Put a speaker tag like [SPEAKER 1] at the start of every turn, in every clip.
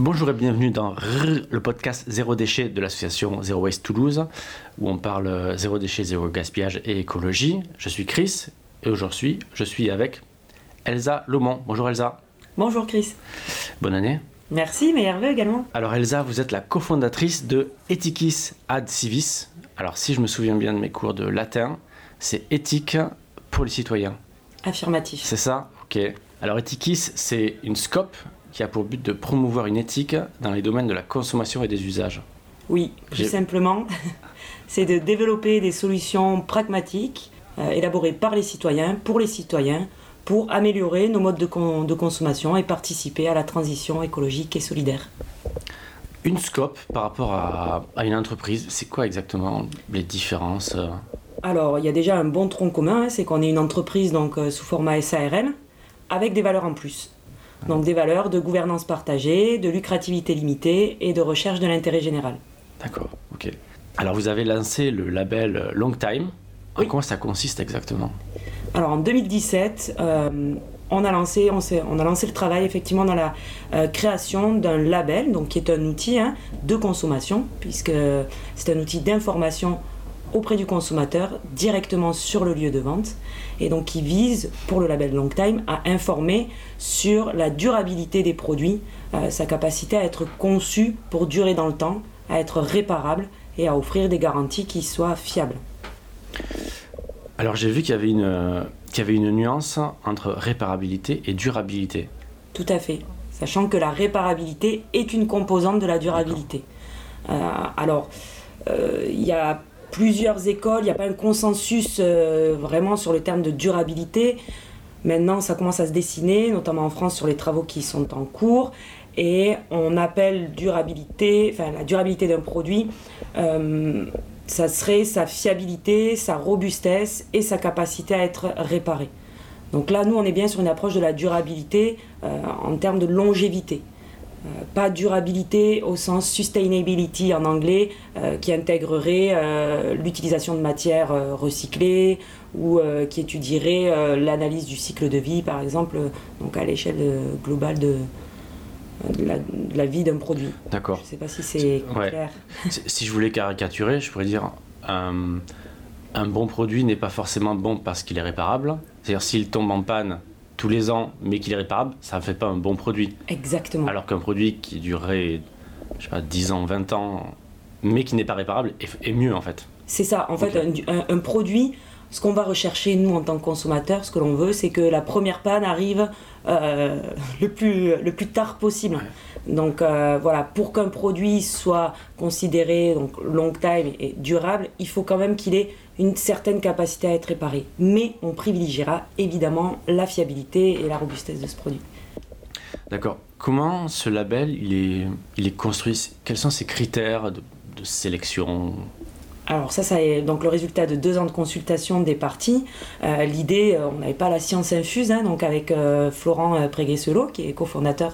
[SPEAKER 1] Bonjour et bienvenue dans le podcast Zéro Déchet de l'association Zero Waste Toulouse, où on parle zéro déchet, zéro gaspillage et écologie. Je suis Chris et aujourd'hui je suis avec Elsa Lomont. Bonjour Elsa.
[SPEAKER 2] Bonjour Chris.
[SPEAKER 1] Bonne année.
[SPEAKER 2] Merci, meilleurs vœux également.
[SPEAKER 1] Alors Elsa, vous êth la cofondatrice de Ethicis ad Civis. Alors si je me souviens bien de mes cours de latin, c'est éthique pour les citoyens.
[SPEAKER 2] Affirmatif.
[SPEAKER 1] C'est ça ? Ok. Alors Ethicis, c'est une scope qui a pour but de promouvoir une éthique dans les domaines de la consommation et des usages.
[SPEAKER 2] Oui, plus simplement, c'est de développer des solutions pragmatiques, élaborées par les citoyens, pour améliorer nos modes de consommation et participer à la transition écologique et solidaire.
[SPEAKER 1] Une scope par rapport à une entreprise, c'est quoi exactement les différences ?
[SPEAKER 2] Alors, il y a déjà un bon tronc commun, c'est qu'on est une entreprise donc, sous format SARL, avec des valeurs en plus. Donc des valeurs de gouvernance partagée, de lucrativité limitée et de recherche de l'intérêt général.
[SPEAKER 1] D'accord, ok. Alors vous avez lancé le label Long Time. En
[SPEAKER 2] Oui.
[SPEAKER 1] quoi ça consiste exactement ?
[SPEAKER 2] Alors en 2017, on a lancé le travail effectivement dans la création d'un label, donc qui est un outil de consommation, puisque c'est un outil d'information auprès du consommateur, directement sur le lieu de vente, et donc qui vise, pour le label Long Time, à informer sur la durabilité des produits, sa capacité à être conçu pour durer dans le temps, à être réparable et à offrir des garanties qui soient fiables.
[SPEAKER 1] Alors j'ai vu qu'il y avait une nuance entre réparabilité et durabilité.
[SPEAKER 2] Tout à fait, sachant que la réparabilité est une composante de la durabilité. Il y a plusieurs écoles, il n'y a pas un consensus vraiment sur le terme de durabilité. Maintenant, ça commence à se dessiner, notamment en France, sur les travaux qui sont en cours. Et on appelle la durabilité d'un produit, ça serait sa fiabilité, sa robustesse et sa capacité à être réparé. Donc là, nous, on est bien sur une approche de la durabilité en termes de longévité. Pas durabilité au sens sustainability en anglais, qui intégrerait l'utilisation de matières recyclées ou qui étudierait l'analyse du cycle de vie, par exemple, donc à l'échelle globale de la vie d'un produit.
[SPEAKER 1] D'accord.
[SPEAKER 2] Je ne sais pas si c'est clair.
[SPEAKER 1] Si je voulais caricaturer, je pourrais dire un bon produit n'est pas forcément bon parce qu'il est réparable. C'est-à-dire s'il tombe en panne tous les ans, mais qu'il est réparable, ça ne fait pas un bon produit.
[SPEAKER 2] Exactement.
[SPEAKER 1] Alors qu'un produit qui durerait, 10 ans, 20 ans, mais qui n'est pas réparable, est mieux en fait.
[SPEAKER 2] C'est ça. En fait, un produit, ce qu'on va rechercher, nous, en tant que consommateurs, ce que l'on veut, c'est que la première panne arrive le plus tard possible. Ouais. Donc voilà, pour qu'un produit soit considéré donc, long time et durable, il faut quand même qu'il ait une certaine capacité à être réparé. Mais on privilégiera évidemment la fiabilité et la robustesse de ce produit.
[SPEAKER 1] D'accord. Comment ce label il est construit ? Quels sont ses critères de sélection ?
[SPEAKER 2] Alors ça est donc le résultat de 2 ans de consultation des parties. L'idée, on n'avait pas la science infuse, donc avec Florent Préguesselo, qui est cofondateur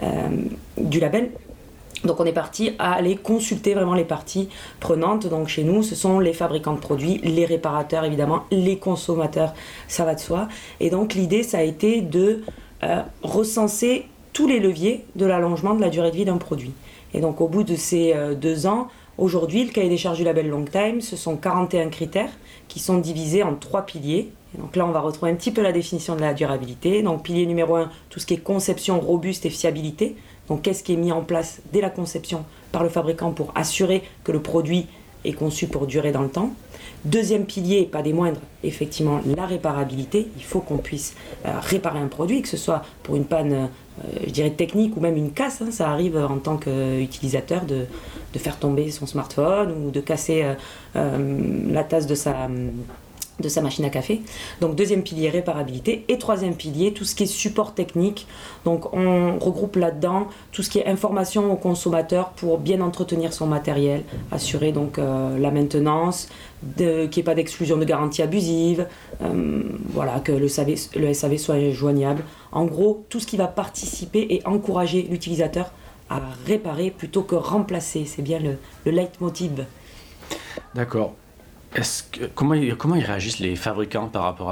[SPEAKER 2] du label. Donc on est parti à aller consulter vraiment les parties prenantes. Donc chez nous, ce sont les fabricants de produits, les réparateurs évidemment, les consommateurs, ça va de soi. Et donc l'idée, ça a été de recenser tous les leviers de l'allongement de la durée de vie d'un produit. Et donc au bout de ces 2 ans, aujourd'hui, le cahier des charges du label Long Time, ce sont 41 critères qui sont divisés en 3 piliers. Et donc là, on va retrouver un petit peu la définition de la durabilité. Donc pilier numéro 1, tout ce qui est conception robuste et fiabilité. Donc qu'est-ce qui est mis en place dès la conception par le fabricant pour assurer que le produit est conçu pour durer dans le temps. Deuxième pilier, pas des moindres, effectivement la réparabilité. Il faut qu'on puisse réparer un produit, que ce soit pour une panne, je dirais technique ou même une casse. Ça arrive en tant qu'utilisateur de faire tomber son smartphone ou de casser la tasse de sa machine à café. Donc deuxième pilier, réparabilité. Et troisième pilier, tout ce qui est support technique. Donc on regroupe là-dedans tout ce qui est information au consommateur pour bien entretenir son matériel, assurer donc la maintenance, qu'il n'y ait pas d'exclusion de garantie abusive, que le SAV soit joignable. En gros, tout ce qui va participer et encourager l'utilisateur à réparer plutôt que remplacer. C'est bien le leitmotiv.
[SPEAKER 1] D'accord. Comment ils réagissent les fabricants par rapport à ce label ?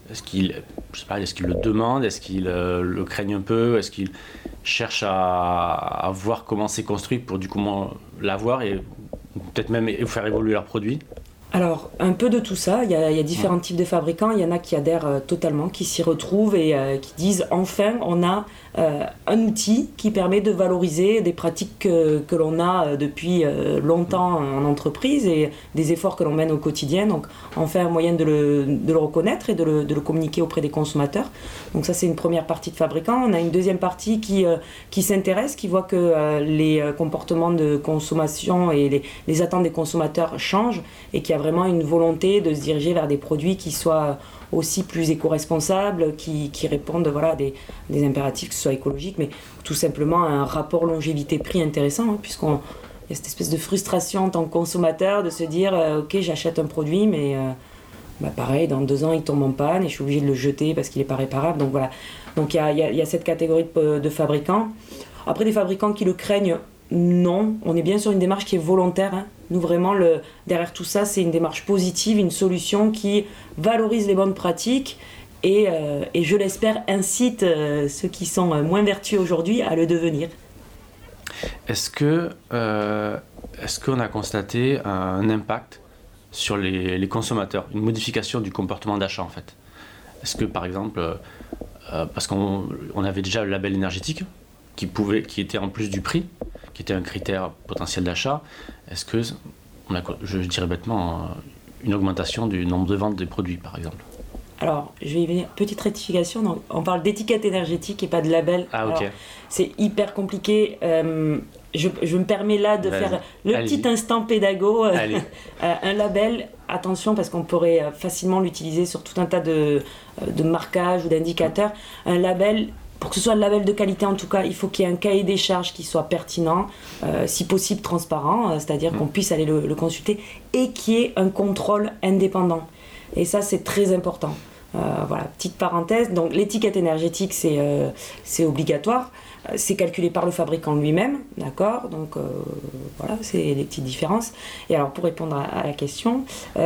[SPEAKER 1] Est-ce qu'ils le demandent? Est-ce qu'ils le craignent un peu? Est-ce qu'ils cherchent à voir comment c'est construit pour du coup l'avoir et peut-être même faire évoluer leurs produits?
[SPEAKER 2] Alors, un peu de tout ça. Il y a différents types de fabricants. Il y en a qui adhèrent totalement, qui s'y retrouvent et qui disent enfin, on a un outil qui permet de valoriser des pratiques que l'on a depuis longtemps en entreprise et des efforts que l'on mène au quotidien. Donc, enfin, un moyen de le reconnaître et de le communiquer auprès des consommateurs. Donc, ça, c'est une première partie de fabricants. On a une deuxième partie qui s'intéresse, qui voit que les comportements de consommation et les attentes des consommateurs changent et qui a vraiment une volonté de se diriger vers des produits qui soient aussi plus éco-responsables, qui répondent à des impératifs, que ce soit écologiques, mais tout simplement à un rapport longévité-prix intéressant, puisqu'il y a cette espèce de frustration en tant que consommateur de se dire ok, j'achète un produit, mais pareil, dans 2 ans il tombe en panne et je suis obligé de le jeter parce qu'il n'est pas réparable. Donc voilà, donc il y a cette catégorie de fabricants. Après, des fabricants qui le craignent, non, on est bien sur une démarche qui est volontaire. Nous, vraiment, derrière tout ça, c'est une démarche positive, une solution qui valorise les bonnes pratiques et je l'espère, incite ceux qui sont moins vertueux aujourd'hui à le devenir.
[SPEAKER 1] Est-ce qu'on a constaté un impact sur les consommateurs, une modification du comportement d'achat en fait? Est-ce que, par exemple, parce qu'on avait déjà le label énergétique, qui était en plus du prix, qui était un critère potentiel d'achat, est-ce que on a, je dirais bêtement, une augmentation du nombre de ventes des produits, par exemple?
[SPEAKER 2] Alors, je vais y venir. Petite rectification, donc, on parle d'étiquette énergétique et pas de label.
[SPEAKER 1] Ah, ok.
[SPEAKER 2] Alors, c'est hyper compliqué. Je me permets là de faire le petit instant pédago. Un label, attention, parce qu'on pourrait facilement l'utiliser sur tout un tas de marquages ou d'indicateurs. Un label, pour que ce soit le label de qualité, en tout cas, il faut qu'il y ait un cahier des charges qui soit pertinent, si possible transparent, c'est-à-dire qu'on puisse aller le consulter, et qu'il y ait un contrôle indépendant. Et ça, c'est très important. Voilà, petite parenthèse. Donc, l'étiquette énergétique, c'est obligatoire. C'est calculé par le fabricant lui-même, d'accord? Donc, voilà, c'est les petites différences. Et alors, pour répondre à la question,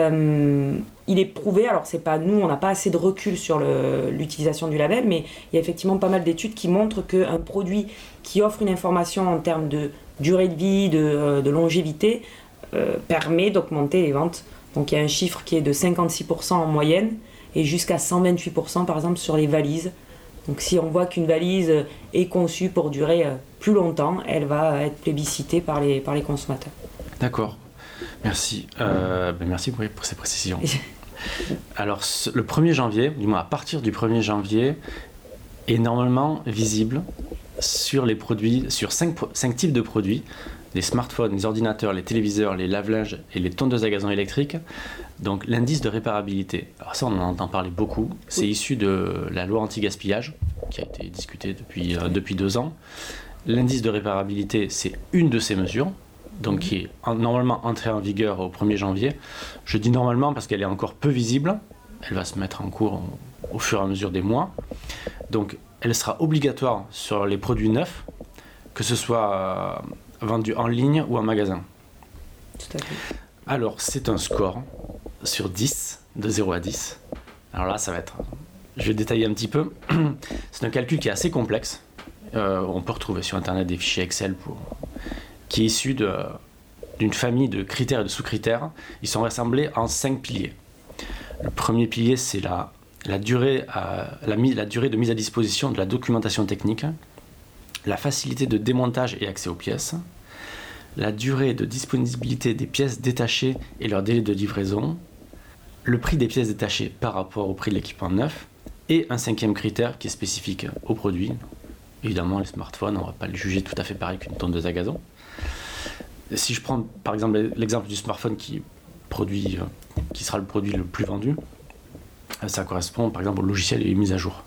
[SPEAKER 2] il est prouvé, alors c'est pas nous, on n'a pas assez de recul sur l'utilisation du label, mais il y a effectivement pas mal d'études qui montrent qu'un produit qui offre une information en termes de durée de vie, de longévité, permet d'augmenter les ventes. Donc il y a un chiffre qui est de 56% en moyenne et jusqu'à 128% par exemple sur les valises. Donc si on voit qu'une valise est conçue pour durer plus longtemps, elle va être plébiscitée par les consommateurs.
[SPEAKER 1] D'accord, merci. Merci pour ces précisions. Alors le 1er janvier, du moins à partir du 1er janvier, est normalement visible sur les produits, sur 5 types de produits: les smartphones, les ordinateurs, les téléviseurs, les lave-linges et les tondeuses à gazon électriques. Donc l'indice de réparabilité, alors ça on en entend parler beaucoup, c'est issu de la loi anti-gaspillage qui a été discutée depuis 2 ans. L'indice de réparabilité, c'est une de ces mesures, donc qui est normalement entrée en vigueur au 1er janvier. Je dis normalement parce qu'elle est encore peu visible, elle va se mettre en cours au fur et à mesure des mois. Donc elle sera obligatoire sur les produits neufs, que ce soit vendu en ligne ou en magasin.
[SPEAKER 2] Tout à fait.
[SPEAKER 1] Alors, c'est un score sur 10, de 0 à 10. Alors là, ça va être... Je vais détailler un petit peu. C'est un calcul qui est assez complexe. On peut retrouver sur Internet des fichiers Excel qui est issu d'une famille de critères et de sous-critères. Ils sont rassemblés en 5 piliers. Le premier pilier, c'est la durée de mise à disposition de la documentation technique, la facilité de démontage et accès aux pièces, la durée de disponibilité des pièces détachées et leur délai de livraison, le prix des pièces détachées par rapport au prix de l'équipement neuf, et un 5e critère qui est spécifique aux produits. Évidemment, les smartphones, on ne va pas les juger tout à fait pareil qu'une tondeuse à gazon. Si je prends par exemple l'exemple du smartphone qui sera le produit le plus vendu, ça correspond par exemple au logiciel et aux mises à jour.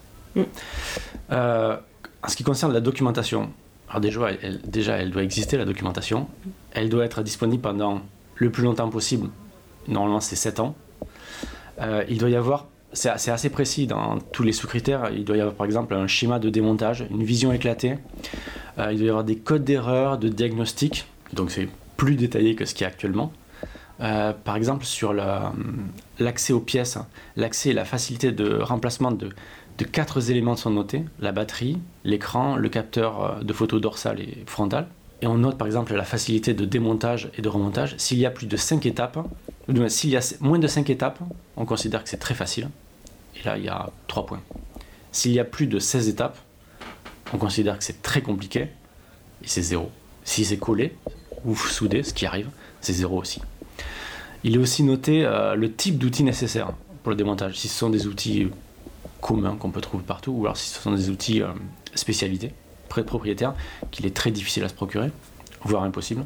[SPEAKER 1] En ce qui concerne la documentation, alors déjà elle doit exister, la documentation. Elle doit être disponible pendant le plus longtemps possible. Normalement, c'est 7 ans. Il doit y avoir, c'est assez précis dans tous les sous-critères, il doit y avoir par exemple un schéma de démontage, une vision éclatée. Il doit y avoir des codes d'erreur, de diagnostic, donc c'est plus détaillé que ce qu'il y a actuellement. Par exemple, sur l'accès aux pièces, l'accès et la facilité de remplacement de 4 éléments sont notés, la batterie, l'écran, le capteur de photo dorsale et frontale. Et on note par exemple la facilité de démontage et de remontage. S'il y a plus de 5 étapes, s'il y a moins de 5 étapes, on considère que c'est très facile. Et là, il y a 3 points. S'il y a plus de 16 étapes, on considère que c'est très compliqué, et c'est 0. Si c'est collé ou soudé, ce qui arrive, c'est 0 aussi. Il est aussi noté le type d'outils nécessaires pour le démontage. Si ce sont des outils communs qu'on peut trouver partout, ou alors si ce sont des outils spécialisés, propriétaires, qu'il est très difficile à se procurer, voire impossible.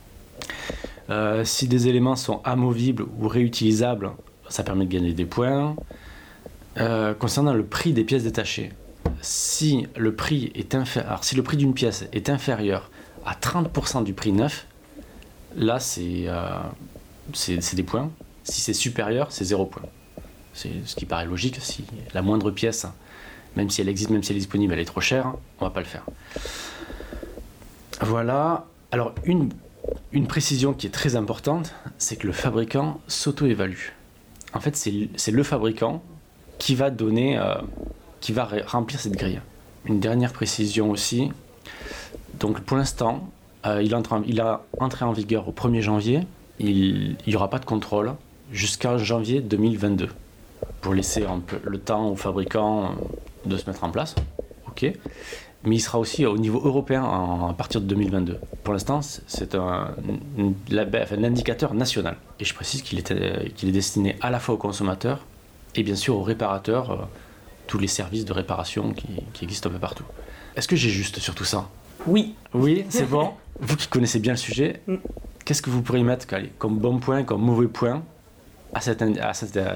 [SPEAKER 1] Si des éléments sont amovibles ou réutilisables, ça permet de gagner des points. Concernant le prix des pièces détachées, si le prix d'une pièce est inférieur à 30% du prix neuf, là c'est des points. Si c'est supérieur, c'est 0 points. C'est ce qui paraît logique. Si la moindre pièce, même si elle existe, même si elle est disponible, elle est trop chère, on va pas le faire. Voilà. Alors une précision qui est très importante, c'est que le fabricant s'auto-évalue. En fait, c'est le fabricant qui va remplir cette grille. Une dernière précision aussi. Donc pour l'instant, il a entré en vigueur au 1er janvier. Il n'y aura pas de contrôle jusqu'à janvier 2022 pour laisser un peu le temps aux fabricants de se mettre en place. Ok. Mais il sera aussi au niveau européen à partir de 2022. Pour l'instant, c'est un indicateur national. Et je précise qu'il est destiné à la fois aux consommateurs et bien sûr aux réparateurs, tous les services de réparation qui existent un peu partout. Est-ce que j'ai juste sur tout ça ?
[SPEAKER 2] Oui.
[SPEAKER 1] Oui, c'est bon. Vous qui connaissez bien le sujet, qu'est-ce que vous pourriez mettre comme bon point, comme mauvais point à cet indicateur ?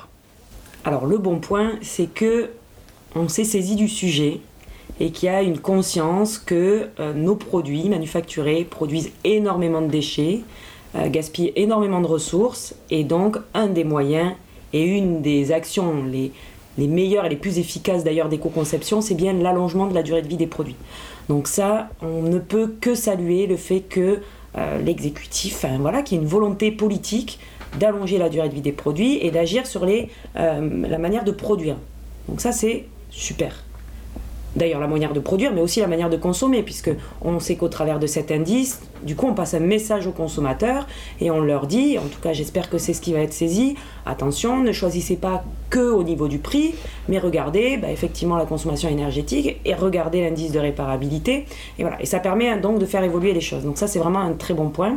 [SPEAKER 2] Alors le bon point, c'est que on s'est saisi du sujet et qu'il y a une conscience que nos produits manufacturés produisent énormément de déchets, gaspillent énormément de ressources, et donc un des moyens et une des actions les meilleures et les plus efficaces d'ailleurs d'éco-conception, c'est bien l'allongement de la durée de vie des produits. Donc ça, on ne peut que saluer le fait que l'exécutif, qu'il y ait une volonté politique d'allonger la durée de vie des produits et d'agir sur la manière de produire. Donc ça, c'est super. D'ailleurs, la manière de produire, mais aussi la manière de consommer, puisque on sait qu'au travers de cet indice, du coup, on passe un message aux consommateurs et on leur dit, en tout cas, j'espère que c'est ce qui va être saisi, attention, ne choisissez pas que au niveau du prix, mais regardez effectivement la consommation énergétique et regardez l'indice de réparabilité. Et voilà, et ça permet donc de faire évoluer les choses. Donc ça, c'est vraiment un très bon point.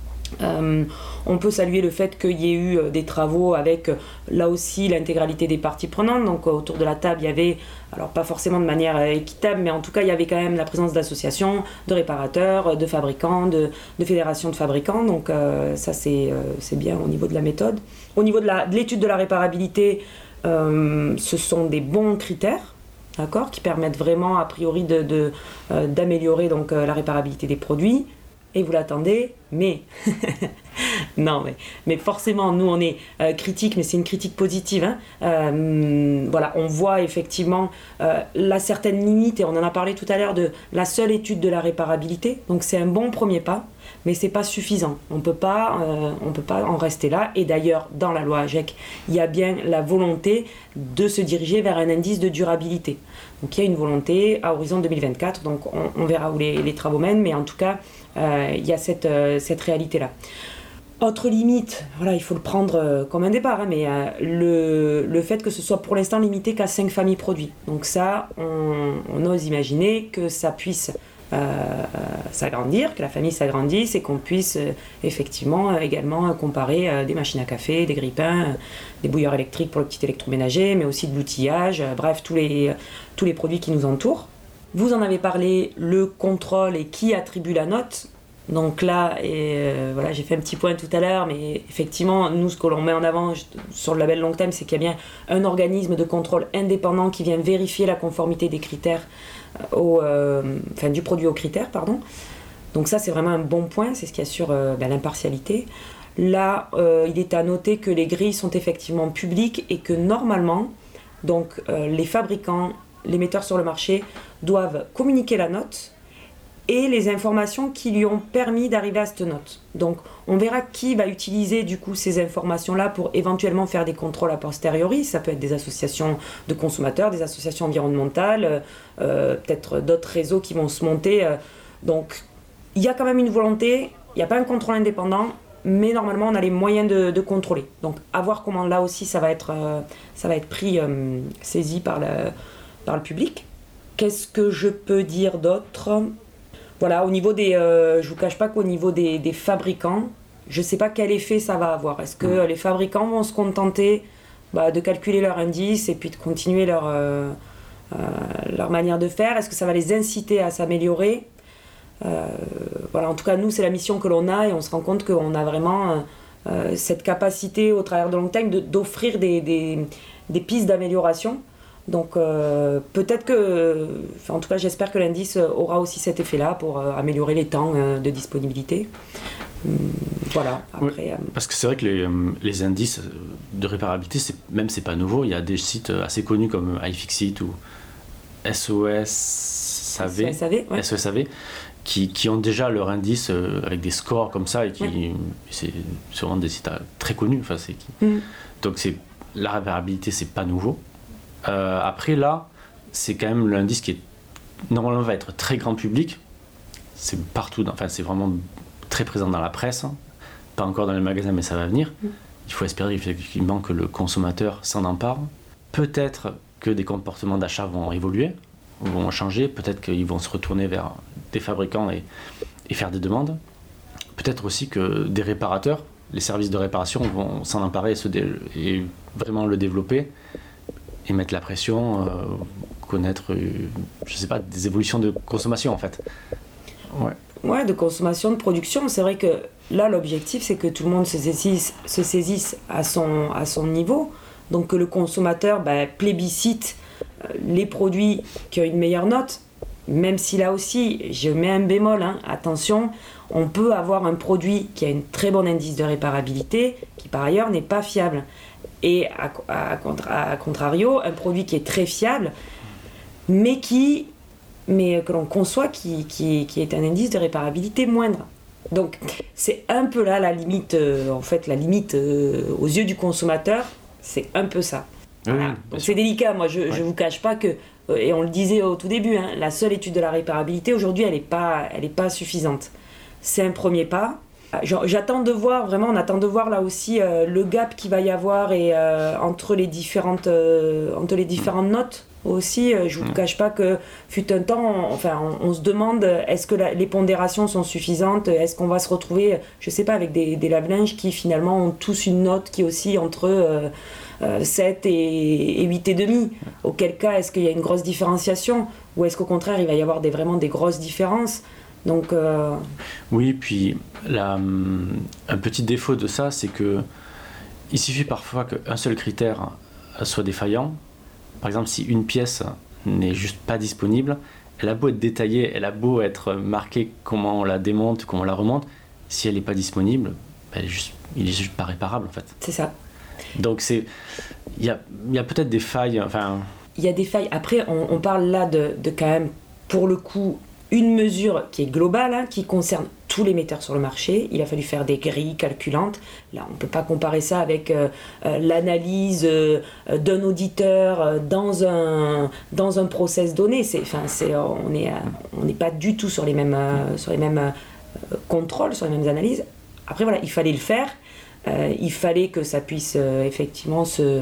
[SPEAKER 2] On peut saluer le fait qu'il y ait eu des travaux avec là aussi l'intégralité des parties prenantes. Donc autour de la table, il y avait, alors pas forcément de manière équitable, mais en tout cas il y avait quand même la présence d'associations, de réparateurs, de fabricants, de fédérations de fabricants. Donc ça c'est bien au niveau de la méthode. Au niveau de l'étude de la réparabilité, ce sont des bons critères. D'accord, qui permettent vraiment a priori d'améliorer donc la réparabilité des produits. Et vous l'attendez, mais non, mais forcément, nous on est critique, mais c'est une critique positive. Voilà, on voit effectivement la certaine limite, et on en a parlé tout à l'heure de la seule étude de la réparabilité. Donc c'est un bon premier pas, mais c'est pas suffisant. On peut pas en rester là. Et d'ailleurs, dans la loi AGEC, il y a bien la volonté de se diriger vers un indice de durabilité. Donc il y a une volonté à horizon 2024. Donc on verra où les travaux mènent, mais en tout cas, il y a cette réalité-là. Autre limite, voilà, il faut le prendre comme un départ, mais le fait que ce soit pour l'instant limité qu'à 5 familles produits. Donc ça, on ose imaginer que ça puisse s'agrandir, que la famille s'agrandisse et qu'on puisse effectivement également comparer des machines à café, des grille-pains, des bouilleurs électriques pour le petit électroménager, mais aussi de l'outillage, bref, tous les produits qui nous entourent. Vous en avez parlé, le contrôle et qui attribue la note. Donc là, voilà, j'ai fait un petit point tout à l'heure, mais effectivement, nous, ce que l'on met en avant sur le label long terme, c'est qu'il y a bien un organisme de contrôle indépendant qui vient vérifier la conformité des critères du produit aux critères, pardon. Donc ça, c'est vraiment un bon point, c'est ce qui assure l'impartialité. Là, il est à noter que les grilles sont effectivement publiques et que normalement, donc les fabricants, les metteurs sur le marché doivent communiquer la note et les informations qui lui ont permis d'arriver à cette note. Donc on verra qui va utiliser du coup ces informations-là pour éventuellement faire des contrôles a posteriori. Ça peut être des associations de consommateurs, des associations environnementales, peut-être d'autres réseaux qui vont se monter. Donc il y a quand même une volonté, il n'y a pas un contrôle indépendant, mais normalement on a les moyens de contrôler. Donc à voir comment là aussi ça va être pris, saisi par le public. Qu'est-ce que je peux dire d'autre ? Voilà, au niveau des, je vous cache pas qu'au niveau des fabricants, je sais pas quel effet ça va avoir. Est-ce que les fabricants vont se contenter de calculer leur indice et puis de continuer leur manière de faire ? Est-ce que ça va les inciter à s'améliorer ? Voilà, en tout cas nous c'est la mission que l'on a et on se rend compte qu'on a vraiment cette capacité au travers de Longtime d'offrir des pistes d'amélioration. Donc peut-être que, en tout cas j'espère que l'indice aura aussi cet effet-là pour améliorer les temps de disponibilité. Voilà, après...
[SPEAKER 1] Parce que c'est vrai que les indices de réparabilité, c'est pas nouveau. Il y a des sites assez connus comme iFixit ou SOSAV, qui ont déjà leur indice avec des scores comme ça et c'est vraiment des sites très connus. Enfin, donc la réparabilité, c'est pas nouveau. Après là, c'est quand même l'indice qui normalement va être très grand public. C'est partout, c'est vraiment très présent dans la presse, pas encore dans les magasins, mais ça va venir. Il faut espérer effectivement que le consommateur s'en empare. Peut-être que des comportements d'achat vont évoluer, vont changer. Peut-être qu'ils vont se retourner vers des fabricants et faire des demandes. Peut-être aussi que des réparateurs, les services de réparation vont s'en emparer et vraiment le développer. Et mettre la pression, connaître, je sais pas, des évolutions de consommation en fait.
[SPEAKER 2] Ouais, de consommation, de production. C'est vrai que là, l'objectif, c'est que tout le monde se saisisse à son niveau. Donc que le consommateur plébiscite les produits qui ont une meilleure note. Même si là aussi, je mets un bémol, attention, on peut avoir un produit qui a un très bon indice de réparabilité, qui par ailleurs n'est pas fiable. Et à contrario, un produit qui est très fiable, mais que l'on conçoit qui est un indice de réparabilité moindre. Donc c'est un peu là la limite, aux yeux du consommateur, c'est un peu ça. Voilà. Donc c'est délicat, moi je vous cache pas que, et on le disait au tout début, la seule étude de la réparabilité aujourd'hui elle est pas suffisante. C'est un premier pas. J'attends de voir, vraiment, on attend de voir là aussi le gap qu'il va y avoir entre les différentes notes aussi. Je ne vous cache pas que fut un temps, on se demande est-ce que les pondérations sont suffisantes, est-ce qu'on va se retrouver, je ne sais pas, avec des lave-linges qui finalement ont tous une note qui oscille entre 7 et 8,5. Auquel cas, est-ce qu'il y a une grosse différenciation ou est-ce qu'au contraire, il va y avoir vraiment des grosses différences ? Donc,
[SPEAKER 1] oui, puis un petit défaut de ça, c'est que il suffit parfois qu'un seul critère soit défaillant. Par exemple, si une pièce n'est juste pas disponible, elle a beau être détaillée, elle a beau être marquée comment on la démonte, comment on la remonte, si elle n'est pas disponible, il est juste pas réparable en fait.
[SPEAKER 2] C'est ça.
[SPEAKER 1] Donc il y a peut-être des failles.
[SPEAKER 2] Il y a des failles. Après, on parle là de quand même, pour le coup, une mesure qui est globale, qui concerne tous les metteurs sur le marché. Il a fallu faire des grilles calculantes. Là, on ne peut pas comparer ça avec l'analyse d'un auditeur dans un process donné. On n'est pas du tout sur les mêmes contrôles, sur les mêmes analyses. Après, voilà, il fallait le faire. Il fallait que ça puisse effectivement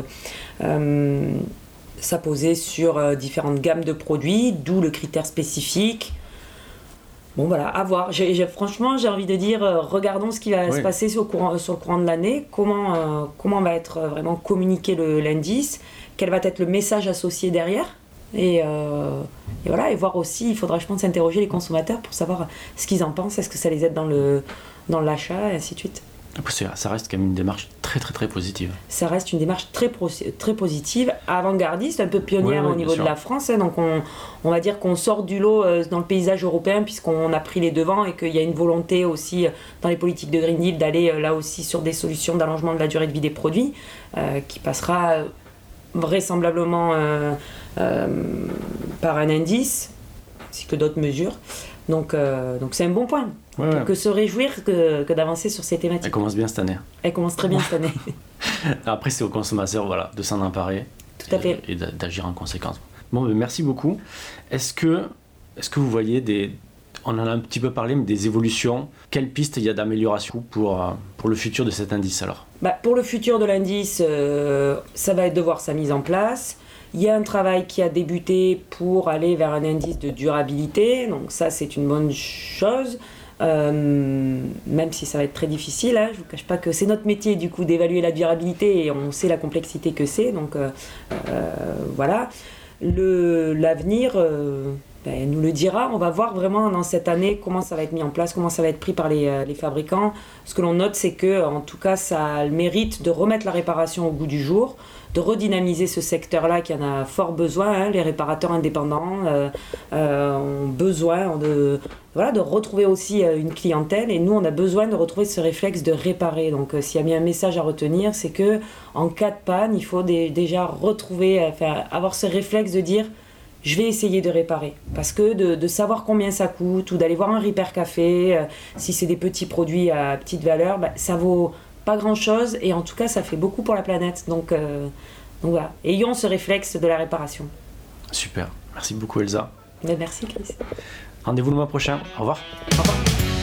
[SPEAKER 2] s'apposer sur différentes gammes de produits, d'où le critère spécifique. Bon voilà, à voir. Franchement, j'ai envie de dire, regardons ce qui va se passer sur le courant de l'année, comment va être vraiment communiqué l'indice, quel va être le message associé derrière. Et voilà, et voir aussi, il faudra je pense interroger les consommateurs pour savoir ce qu'ils en pensent, est-ce que ça les aide dans l'achat, et ainsi de suite.
[SPEAKER 1] Ça reste quand même une démarche très très très positive.
[SPEAKER 2] Ça reste une démarche très positive, avant-gardiste, un peu pionnière au niveau de la France. Donc on va dire qu'on sort du lot dans le paysage européen puisqu'on a pris les devants et qu'il y a une volonté aussi dans les politiques de Green Deal d'aller là aussi sur des solutions d'allongement de la durée de vie des produits qui passera vraisemblablement par un indice ainsi que d'autres mesures. Donc c'est un bon point.
[SPEAKER 1] Ouais.
[SPEAKER 2] Que se réjouir que d'avancer sur ces thématiques.
[SPEAKER 1] Elle commence bien cette année.
[SPEAKER 2] Elle commence très bien cette année.
[SPEAKER 1] Après, c'est aux consommateurs de s'en emparer.
[SPEAKER 2] Tout à fait.
[SPEAKER 1] Et d'agir en conséquence. Bon, merci beaucoup. Est-ce que vous voyez on en a un petit peu parlé, mais des évolutions, quelles pistes il y a d'amélioration pour le futur de cet indice alors ?
[SPEAKER 2] Pour le futur de l'indice, ça va être de voir sa mise en place. Il y a un travail qui a débuté pour aller vers un indice de durabilité, donc ça c'est une bonne chose, même si ça va être très difficile, hein. Je ne vous cache pas que c'est notre métier du coup d'évaluer la durabilité et on sait la complexité que c'est, donc voilà. L'avenir nous le dira, on va voir vraiment dans cette année comment ça va être mis en place, comment ça va être pris par les fabricants. Ce que l'on note, c'est que en tout cas ça a le mérite de remettre la réparation au goût du jour, de redynamiser ce secteur-là qui en a fort besoin, hein. Les réparateurs indépendants ont besoin de retrouver aussi une clientèle, et nous on a besoin de retrouver ce réflexe de réparer. Donc s'il y a bien un message à retenir, c'est que en cas de panne, il faut déjà avoir ce réflexe de dire je vais essayer de réparer, parce que de savoir combien ça coûte, ou d'aller voir un repair café, si c'est des petits produits à petite valeur, ça vaut pas grand chose, et en tout cas ça fait beaucoup pour la planète, donc voilà, ayons ce réflexe de la réparation.
[SPEAKER 1] Super, merci beaucoup Elsa.
[SPEAKER 2] Merci Chris.
[SPEAKER 1] Rendez-vous le mois prochain, au revoir.
[SPEAKER 2] Au revoir.